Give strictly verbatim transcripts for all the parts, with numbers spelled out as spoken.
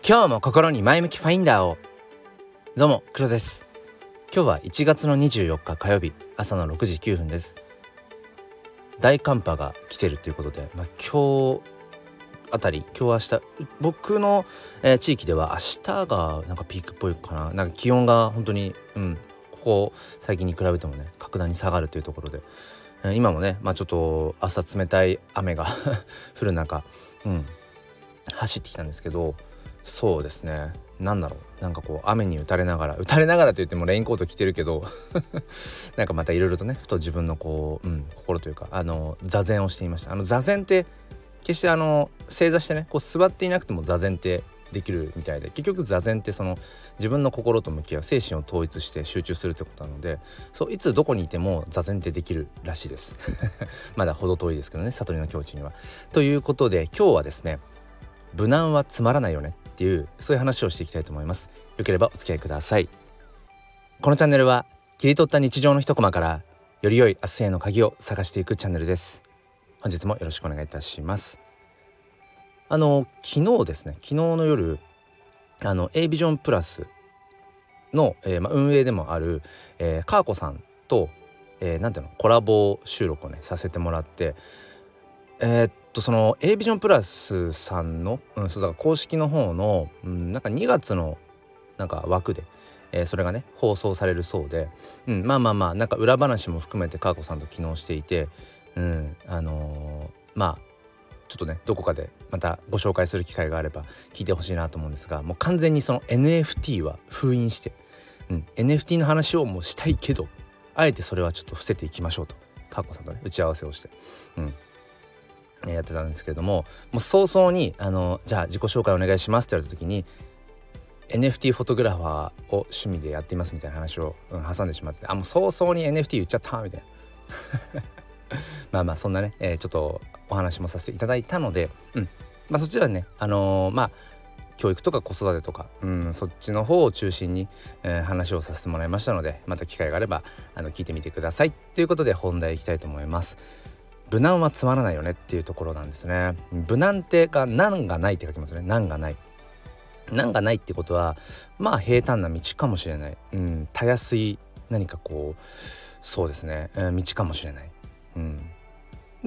今日も心に前向きファインダーを。どうも黒です。今日はいちがつのにじゅうよっか火曜日、朝のろくじきゅうふんです。大寒波が来てるということで、まあ、今日あたり今日明日僕の、えー、地域では明日がなんかピークっぽいかな。なんか気温が本当にうんここ最近に比べてもね格段に下がるというところで、えー、今もねまあちょっと朝冷たい雨が降る中、うん、走ってきたんですけど、そうですね、なんだろう、なんかこう雨に打たれながら打たれながらと言ってもレインコート着てるけどなんかまたいろいろとねふと自分のこう、うん、心というかあの座禅をしていました。あの座禅って決してあの正座してねこう座っていなくても座禅ってできるみたいで、結局座禅ってその自分の心と向き合う精神を統一して集中するってことなので、そういつどこにいても座禅ってできるらしいですまだ程遠いですけどね、悟りの境地には。ということで今日はですね、無難はつまらないよねっていうそういう話をしていきたいと思います。よければお付き合いください。このチャンネルは切り取った日常の一コマからより良い明日への鍵を探していくチャンネルです。本日もよろしくお願いいたします。あの昨日ですね昨日の夜あの A ビジョンプラスの、えーまあ、運営でもある、えー、カーコさんと、えー、なんていうのコラボ収録をねさせてもらって、えー、っとその A ビジョンプラスさんの、うん、そうだから公式の方の、うん、なんかにがつのなんか枠で、えー、それがね放送されるそうで、うん、まあまあまあなんか裏話も含めてカーコさんと昨日していて、うんあのー、まあちょっとねどこかでまたご紹介する機会があれば聞いてほしいなと思うんですが、もう完全にその エヌエフティー は封印して、うん、エヌエフティー の話をもうしたいけどあえてそれはちょっと伏せていきましょうとカーコさんとね打ち合わせをして、うんやってたんですけれども、もう早々にあのじゃあ自己紹介お願いしますって言われた時に エヌエフティー フォトグラファーを趣味でやっていますみたいな話を、うん、挟んでしまって、あもう早々に エヌエフティー 言っちゃったみたいなまあまあそんなね、えー、ちょっとお話もさせていただいたので、うんまあ、そっちはねあのー、まあ教育とか子育てとか、うん、そっちの方を中心に、えー、話をさせてもらいましたので、また機会があればあの聞いてみてくださいということで本題いきたいと思います。無難はつまらないよねっていうところなんですね。無難ってが難がないって書きますね。難がない難がないってことはまあ平坦な道かもしれない、うん、たやすい何かこうそうですね、うん、道かもしれない、うん、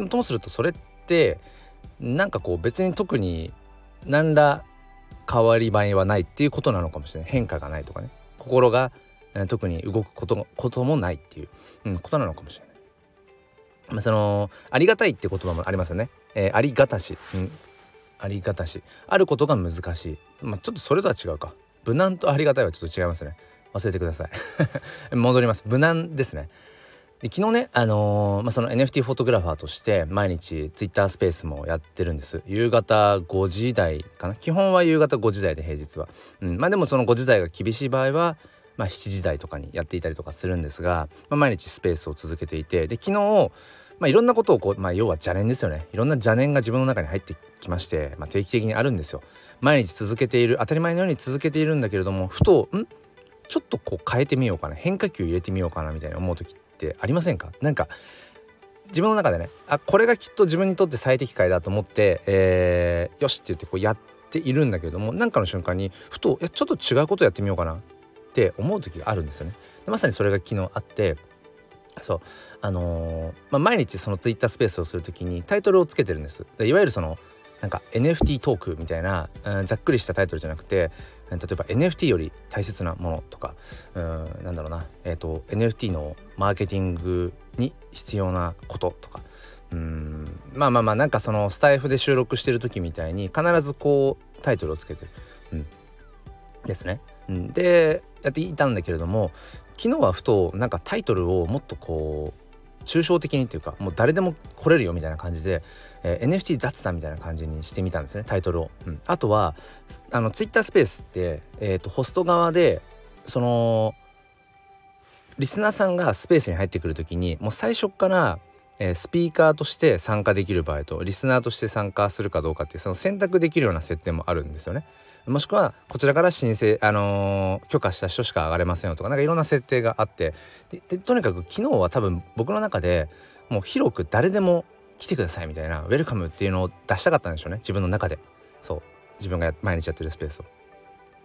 ともするとそれってなんかこう別に特に何ら変わり映えはないっていうことなのかもしれない。変化がないとかね、心が、えー、特に動くことも、こともないっていう、うん、ことなのかもしれない。まあ、そのありがたいって言葉もありますよね、えー、ありがたし、うん、ありがたしあることが難しい、まあ、ちょっとそれとは違うか。無難とありがたいはちょっと違いますね。忘れてください戻ります。無難ですね。で昨日ね、あのーまあ、その エヌエフティー フォトグラファーとして毎日ツイッタースペースもやってるんです。夕方ごじ台かな。基本は夕方ごじ台で平日は、うん、まあでもそのごじ台が厳しい場合はまあしちじ台とかにやっていたりとかするんですが、まあ、毎日スペースを続けていて、で昨日まあいろんなことをこう、まあ、要は邪念ですよね。いろんな邪念が自分の中に入ってきまして、まあ、定期的にあるんですよ。毎日続けている、当たり前のように続けているんだけれども、ふとんちょっとこう変えてみようかな、変化球入れてみようかなみたいな思う時ってありませんか？なんか自分の中でね、あこれがきっと自分にとって最適解だと思って、えー、よしって言ってこうやっているんだけれども、なんかの瞬間にふといやちょっと違うことやってみようかなって思う時があるんですよね。でまさにそれが昨日あって、そうあのーまあ、毎日そのツイッタースペースをするときにタイトルをつけてるんです。でいわゆるそのなんか エヌエフティー トークみたいな、うん、ざっくりしたタイトルじゃなくて、例えば エヌエフティー より大切なものとか、うん、なんだろうな、えーと エヌエフティー のマーケティングに必要なこととか、うんまあまあまあなんかそのスタイフで収録してる時みたいに必ずこうタイトルをつけてる、うん、ですね、うん、でやっていたんだけれども、昨日はふとなんかタイトルをもっとこう抽象的にっていうかもう誰でも来れるよみたいな感じで、えー、エヌエフティー 雑談みたいな感じにしてみたんですね、タイトルを、うん、あとはあのツイッタースペースって、えーと、ホスト側でそのリスナーさんがスペースに入ってくるときにもう最初から、えー、スピーカーとして参加できる場合とリスナーとして参加するかどうかっていうその選択できるような設定もあるんですよね。もしくはこちらから申請、あのー、許可した人しか上がれませんよとか、なんかいろんな設定があって、ででとにかく昨日は多分僕の中でもう広く誰でも来てくださいみたいなウェルカムっていうのを出したかったんでしょうね、自分の中で。そう自分が毎日やってるスペースを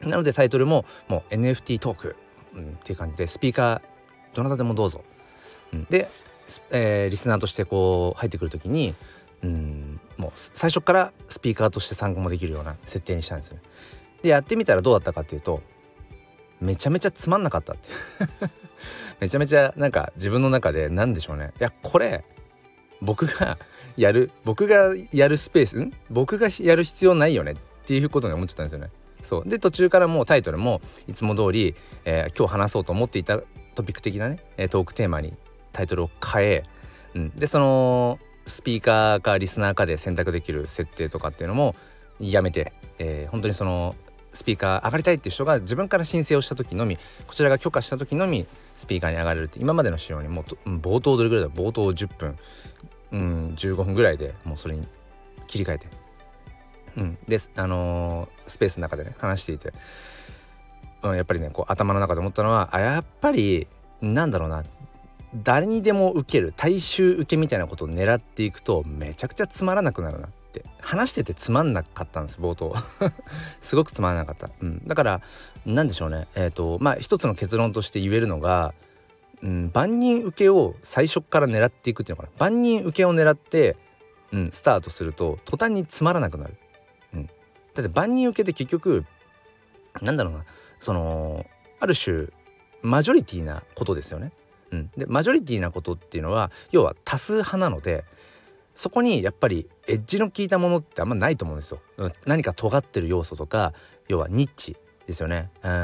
なのでタイトルももう エヌエフティー トーク、うん、っていう感じで、スピーカーどなたでもどうぞ、うん、で、えー、リスナーとしてこう入ってくるときに、うん、もう最初からスピーカーとして参考もできるような設定にしたんですね。でやってみたらどうだったかっていうと、めちゃめちゃつまんなかったってめちゃめちゃなんか自分の中でなんでしょうね、いやこれ僕がやる僕がやるスペースん僕がやる必要ないよねっていうことに思っちゃったんですよね。そうで途中からもうタイトルもいつも通り、えー、今日話そうと思っていたトピック的なねトークテーマにタイトルを変え、うん、でそのスピーカーかリスナーかで選択できる設定とかっていうのもやめて、えー、本当にそのスピーカー上がりたいっていう人が自分から申請をした時のみ、こちらが許可した時のみスピーカーに上がれるって、今までの仕様にもう冒頭どれぐらいだ冒頭じゅっぷん、うん、じゅうごふんぐらいでもうそれに切り替えて、うん、で、あのー、スペースの中でね話していて、うん、やっぱりねこう頭の中で思ったのは、あやっぱりなんだろうな、誰にでも受ける大衆受けみたいなことを狙っていくとめちゃくちゃつまらなくなるなって、話しててつまんなかったんです冒頭すごくつまらなかった、うん、だからなんでしょうね、えーとまあ一つの結論として言えるのが、うん、万人受けを最初から狙っていくっていうのかな、万人受けを狙って、うん、スタートすると途端につまらなくなる、うん、だって万人受けって結局なんだろうな、そのある種マジョリティなことですよね。うん、でマジョリティなことっていうのは要は多数派なので、そこにやっぱりエッジの効いたものってあんまないと思うんですよ、うん、何か尖ってる要素とか、要はニッチですよね、うん、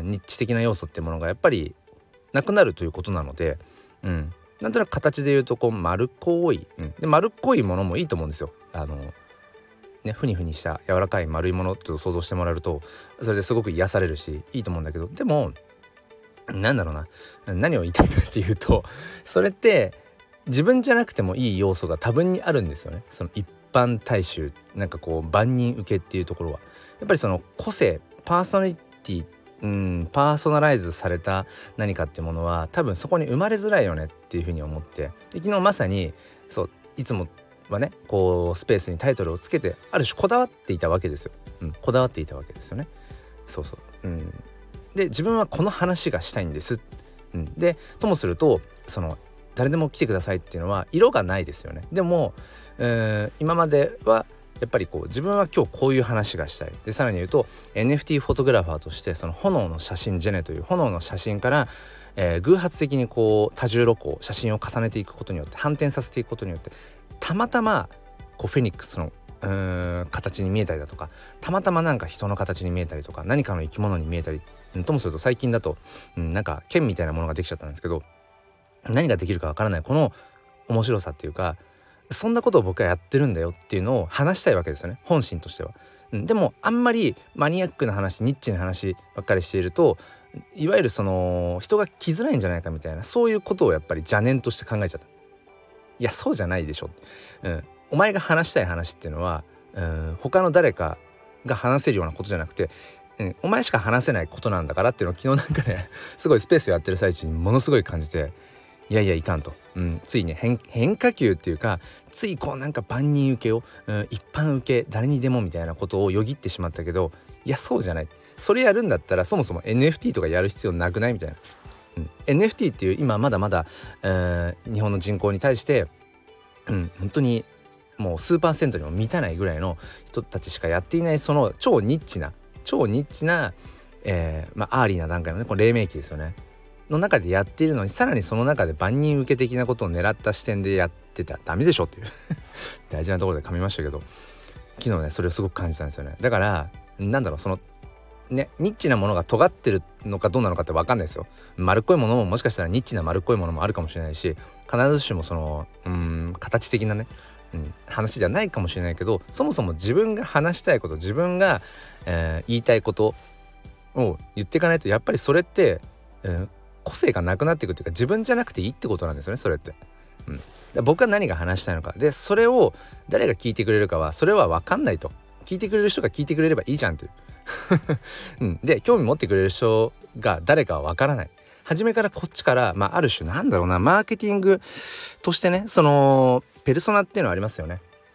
ニッチ的な要素ってものがやっぱりなくなるということなので、うん、なんとなく形で言うとこう丸っこい、うん、で丸っこいものもいいと思うんですよ。あのね、ふにふにした柔らかい丸いものって想像してもらえるとそれですごく癒されるしいいと思うんだけど、でもなんだろうな、何を言いたいかっていうと、それって自分じゃなくてもいい要素が多分にあるんですよね。その一般大衆なんかこう万人受けっていうところはやっぱりその個性パーソナリティ、うん、パーソナライズされた何かってものは多分そこに生まれづらいよねっていうふうに思って、で昨日まさにそういつもはねこうスペースにタイトルをつけてある種こだわっていたわけですよ、うん、こだわっていたわけですよね。そうそう、うん、で自分はこの話がしたいんです、うん、でともするとその誰でも来てくださいっていうのは色がないですよね。でも、えー、今まではやっぱりこう自分は今日こういう話がしたいで、さらに言うと エヌエフティー フォトグラファーとしてその炎の写真ジェネという炎の写真から、えー、偶発的にこう多重露光写真を重ねていくことによって反転させていくことによってたまたまこうフェニックスのうーん形に見えたりだとか、たまたまなんか人の形に見えたりとか何かの生き物に見えたり、うん、ともすると最近だと、うん、なんか剣みたいなものができちゃったんですけど、何ができるかわからないこの面白さっていうか、そんなことを僕はやってるんだよっていうのを話したいわけですよね、本心としては、うん、でもあんまりマニアックな話ニッチな話ばっかりしているといわゆるその人が来づらいんじゃないかみたいな、そういうことをやっぱり邪念として考えちゃった。いやそうじゃないでしょ、うん、お前が話したい話っていうのは、うん、他の誰かが話せるようなことじゃなくて、うん、お前しか話せないことなんだからっていうのを昨日なんかねすごいスペースをやってる最中にものすごい感じて、いやいやいかんと、うん、ついね 変, 変化球っていうかついこうなんか万人受けを、うん、一般受け誰にでもみたいなことをよぎってしまったけど、いやそうじゃない、それやるんだったらそもそも エヌエフティー とかやる必要なくないみたいな、うん、エヌエフティー っていう今まだまだ、えー、日本の人口に対して、うん、本当にもう数パーセントにも満たないぐらいの人たちしかやっていないその超ニッチな超ニッチな、えーまあ、アーリーな段階のねこの黎明期ですよねの中でやっているのに、さらにその中で万人受け的なことを狙った視点でやってたらダメでしょっていう大事なところで噛みましたけど、昨日ねそれをすごく感じたんですよね。だからなんだろう、そのねニッチなものが尖ってるのかどうなのかって分かんないですよ。丸っこいものももしかしたらニッチな丸っこいものもあるかもしれないし、必ずしもそのうーん形的なね、うん、話じゃないかもしれないけど、そもそも自分が話したいこと自分が、えー、言いたいことを言っていかないとやっぱりそれって、えー個性がなくなっていくっていうか自分じゃなくていいってことなんですよねそれって、うん、だ僕は何が話したいのかで、それを誰が聞いてくれるかはそれは分かんないと、聞いてくれる人が聞いてくれればいいじゃんっていう、うん、で興味持ってくれる人が誰かは分からない。初めからこっちから、まあ、ある種なんだろうなマーケティングとしてねそのペルソナっていうのはありますよね。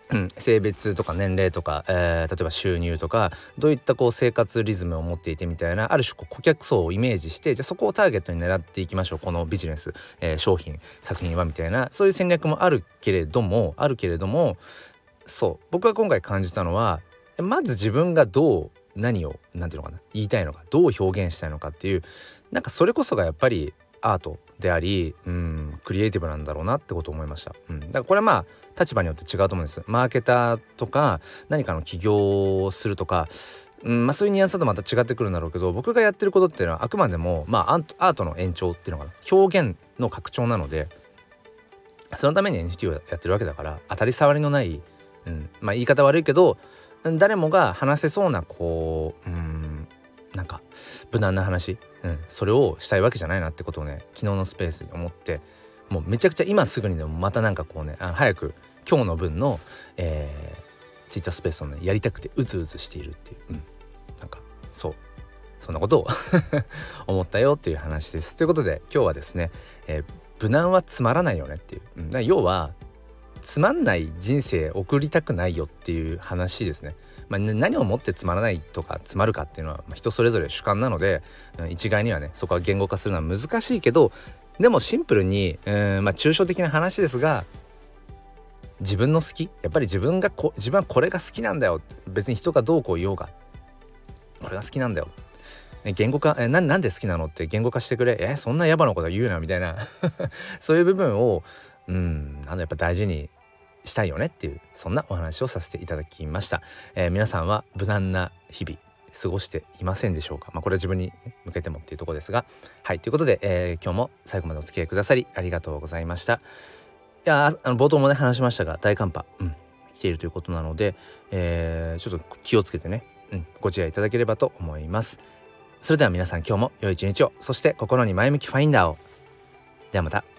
うん、性別とか年齢とか、えー、例えば収入とかどういったこう生活リズムを持っていてみたいな、ある種こう顧客層をイメージして、じゃあそこをターゲットに狙っていきましょう、このビジネス、えー、商品作品はみたいな、そういう戦略もあるけれどもあるけれどもそう僕が今回感じたのは、まず自分がどう何をなんていうのかな言いたいのか、どう表現したいのかっていう、なんかそれこそがやっぱりアートであり、うんクリエイティブなんだろうなってことを思いました。うん、だからこれはまあ立場によって違うと思うんです。マーケターとか何かの起業をするとか、うんまあ、そういうニュアンスだとまた違ってくるんだろうけど、僕がやってることっていうのはあくまでもまあアートアートの延長っていうのかな、表現の拡張なので、そのために エヌエフティー をやってるわけだから、当たり障りのない、うんまあ、言い方悪いけど誰もが話せそうなこう、うんなんか無難な話、うん、それをしたいわけじゃないなってことをね、昨日のスペースに思って、もうめちゃくちゃ今すぐにでもまたなんかこうね、あ早く今日の分の、えー、ツイッタースペースをねやりたくてうずうずしているっていう、うん、なんかそうそんなことを思ったよっていう話です。ということで今日はですね、えー、無難はつまらないよねっていう、うん、だから要はつまんない人生送りたくないよっていう話ですね。まあ、何をもってつまらないとかつまるかっていうのは人それぞれ主観なので、一概にはねそこは言語化するのは難しいけど、でもシンプルに、えー、まあ抽象的な話ですが、自分の好き、やっぱり自分がこ自分はこれが好きなんだよ、別に人がどうこう言おうがこれが好きなんだよ、言語化、えな, なんで好きなのって言語化してくれ、えそんなヤバなこと言うなみたいなそういう部分をうんあのやっぱ大事にしたいよねっていう、そんなお話をさせていただきました。えー、皆さんは無難な日々過ごしていませんでしょうか。まあこれは自分に向けてもっていうところですが、はいということで、えー、今日も最後までお付き合いくださりありがとうございました。いやあの冒頭もね話しましたが大寒波、うん、来ているということなので、えー、ちょっと気をつけてね、うん、ご自愛いただければと思います。それでは皆さん今日も良い一日を、そして心に前向きファインダーを。ではまた。